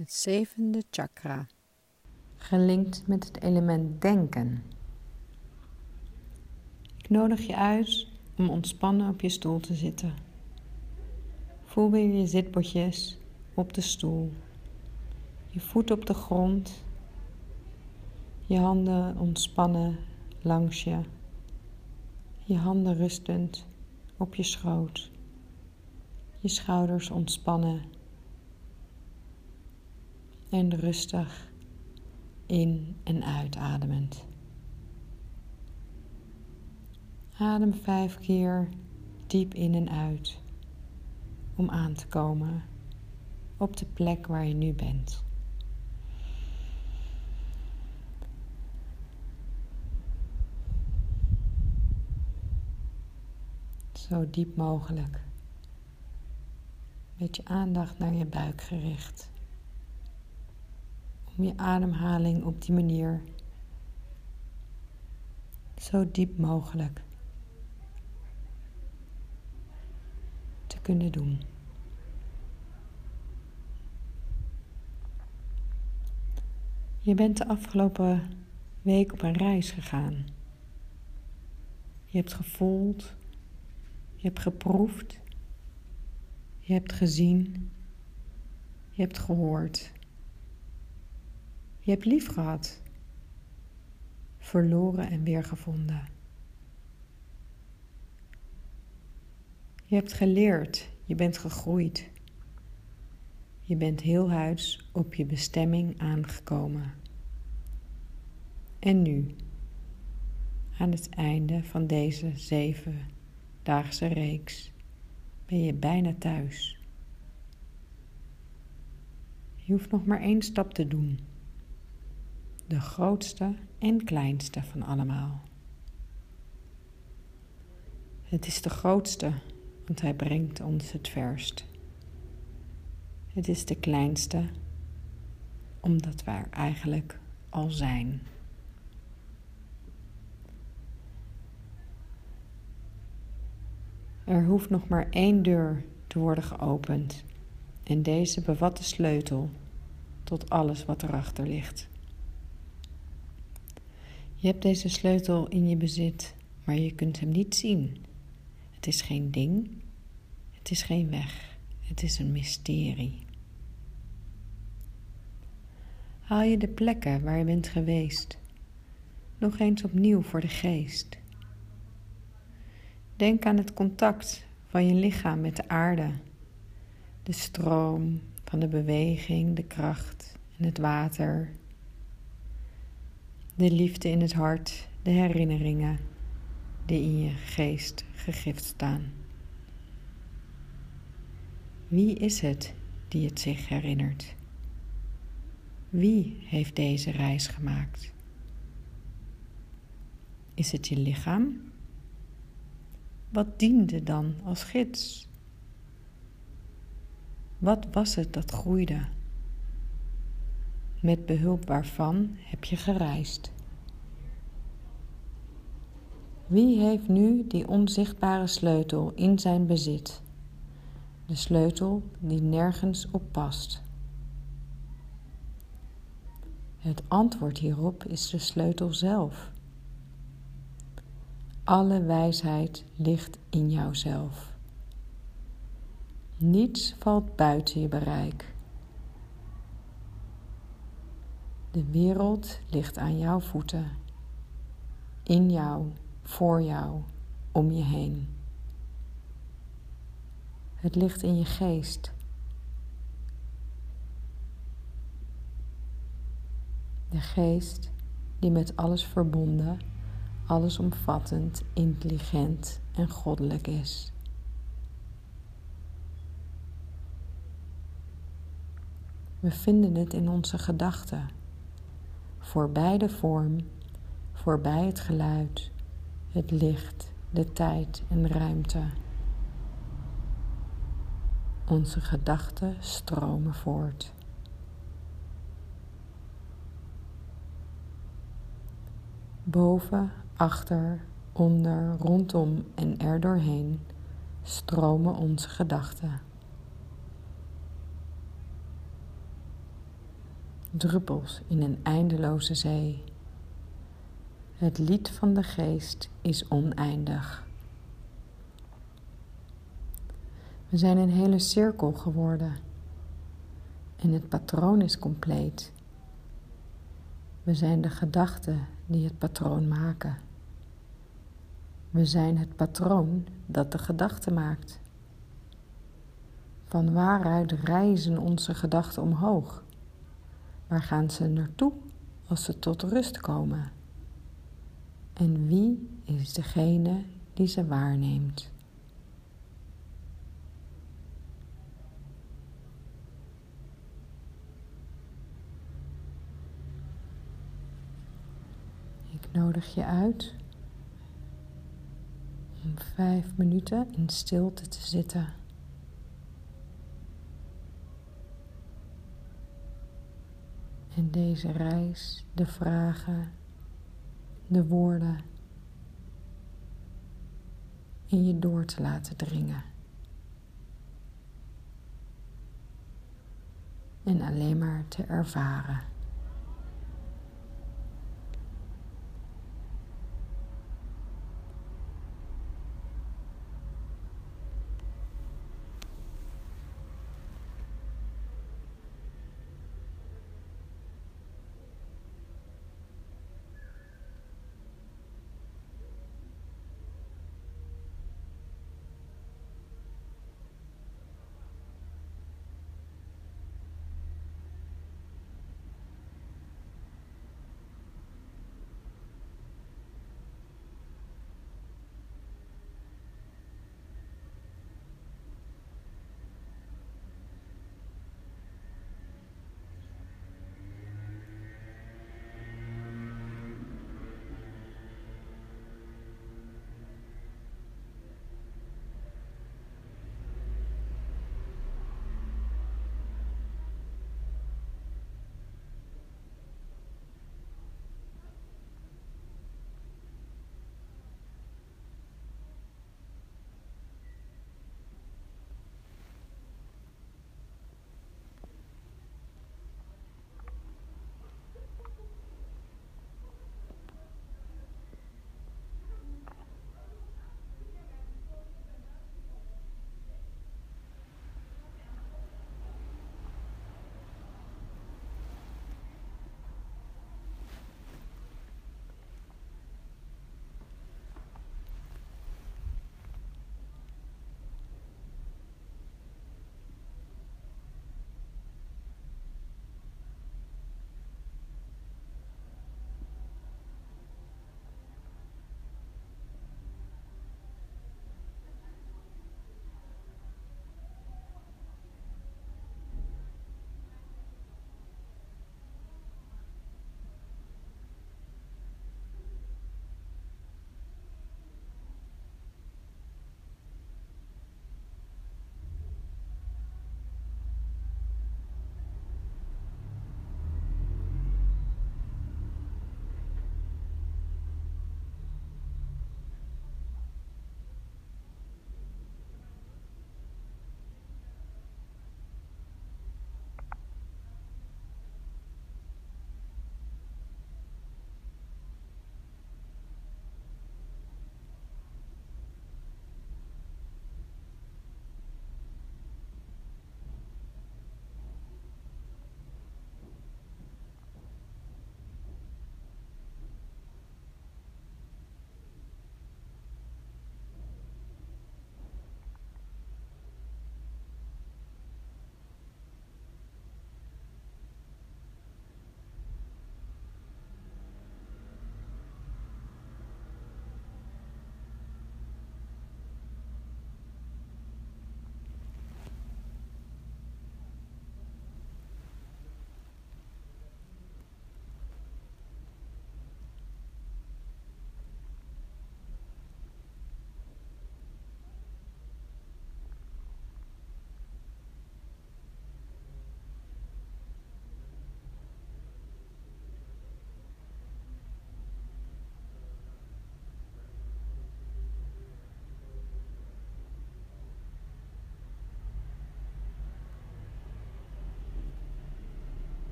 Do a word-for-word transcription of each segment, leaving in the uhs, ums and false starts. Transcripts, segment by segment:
het zevende chakra, gelinkt met het element denken. Ik nodig je uit om ontspannen op je stoel te zitten. Voel weer je zitbotjes op de stoel, je voet op de grond, je handen ontspannen langs je, je handen rustend op je schoot, je schouders ontspannen en rustig in- en uitademend. Adem vijf keer diep in en uit om aan te komen op de plek waar je nu bent. Zo diep mogelijk. Met je aandacht naar je buik gericht. Om je ademhaling op die manier zo diep mogelijk te kunnen doen. Je bent de afgelopen week op een reis gegaan. Je hebt gevoeld, je hebt geproefd, je hebt gezien, je hebt gehoord. Je hebt lief gehad, verloren en weer gevonden. Je hebt geleerd, je bent gegroeid. Je bent heelhuids op je bestemming aangekomen. En nu, aan het einde van deze zevendaagse reeks, ben je bijna thuis. Je hoeft nog maar één stap te doen. De grootste en kleinste van allemaal. Het is de grootste, want hij brengt ons het verst. Het is de kleinste, omdat we er eigenlijk al zijn. Er hoeft nog maar één deur te worden geopend en deze bevat de sleutel tot alles wat erachter ligt. Je hebt deze sleutel in je bezit, maar je kunt hem niet zien. Het is geen ding, het is geen weg, het is een mysterie. Haal je de plekken waar je bent geweest nog eens opnieuw voor de geest. Denk aan het contact van je lichaam met de aarde, de stroom van de beweging, de kracht en het water, de liefde in het hart, de herinneringen die in je geest gegrift staan. Wie is het die het zich herinnert? Wie heeft deze reis gemaakt? Is het je lichaam? Wat diende dan als gids? Wat was het dat groeide? Met behulp waarvan heb je gereisd? Wie heeft nu die onzichtbare sleutel in zijn bezit? De sleutel die nergens op past. Het antwoord hierop is de sleutel zelf. Alle wijsheid ligt in jouzelf. Niets valt buiten je bereik. De wereld ligt aan jouw voeten. In jou, voor jou, om je heen. Het ligt in je geest. De geest die met alles verbonden, allesomvattend, intelligent en goddelijk is. We vinden het in onze gedachten, voorbij de vorm, voorbij het geluid, het licht, de tijd en ruimte. Onze gedachten stromen voort. Boven, achter, onder, rondom en er doorheen stromen onze gedachten. druppels in een eindeloze zee. Het lied van de geest is oneindig. We zijn een hele cirkel geworden en het patroon is compleet. We zijn de gedachten die het patroon maken. We zijn het patroon dat de gedachte maakt. Van waaruit reizen onze gedachten omhoog? Waar gaan ze naartoe als ze tot rust komen? En wie is degene die ze waarneemt? Ik nodig je uit om vijf minuten in stilte te zitten. En deze reis, de vragen, de woorden in je door te laten dringen. En alleen maar te ervaren.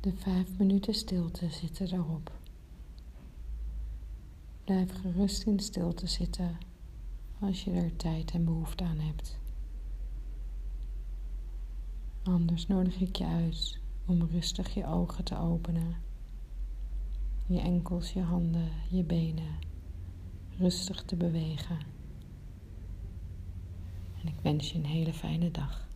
De vijf minuten stilte zitten erop. Blijf gerust in stilte zitten als je er tijd en behoefte aan hebt. Anders nodig ik je uit om rustig je ogen te openen. Je enkels, je handen, je benen rustig te bewegen. En ik wens je een hele fijne dag.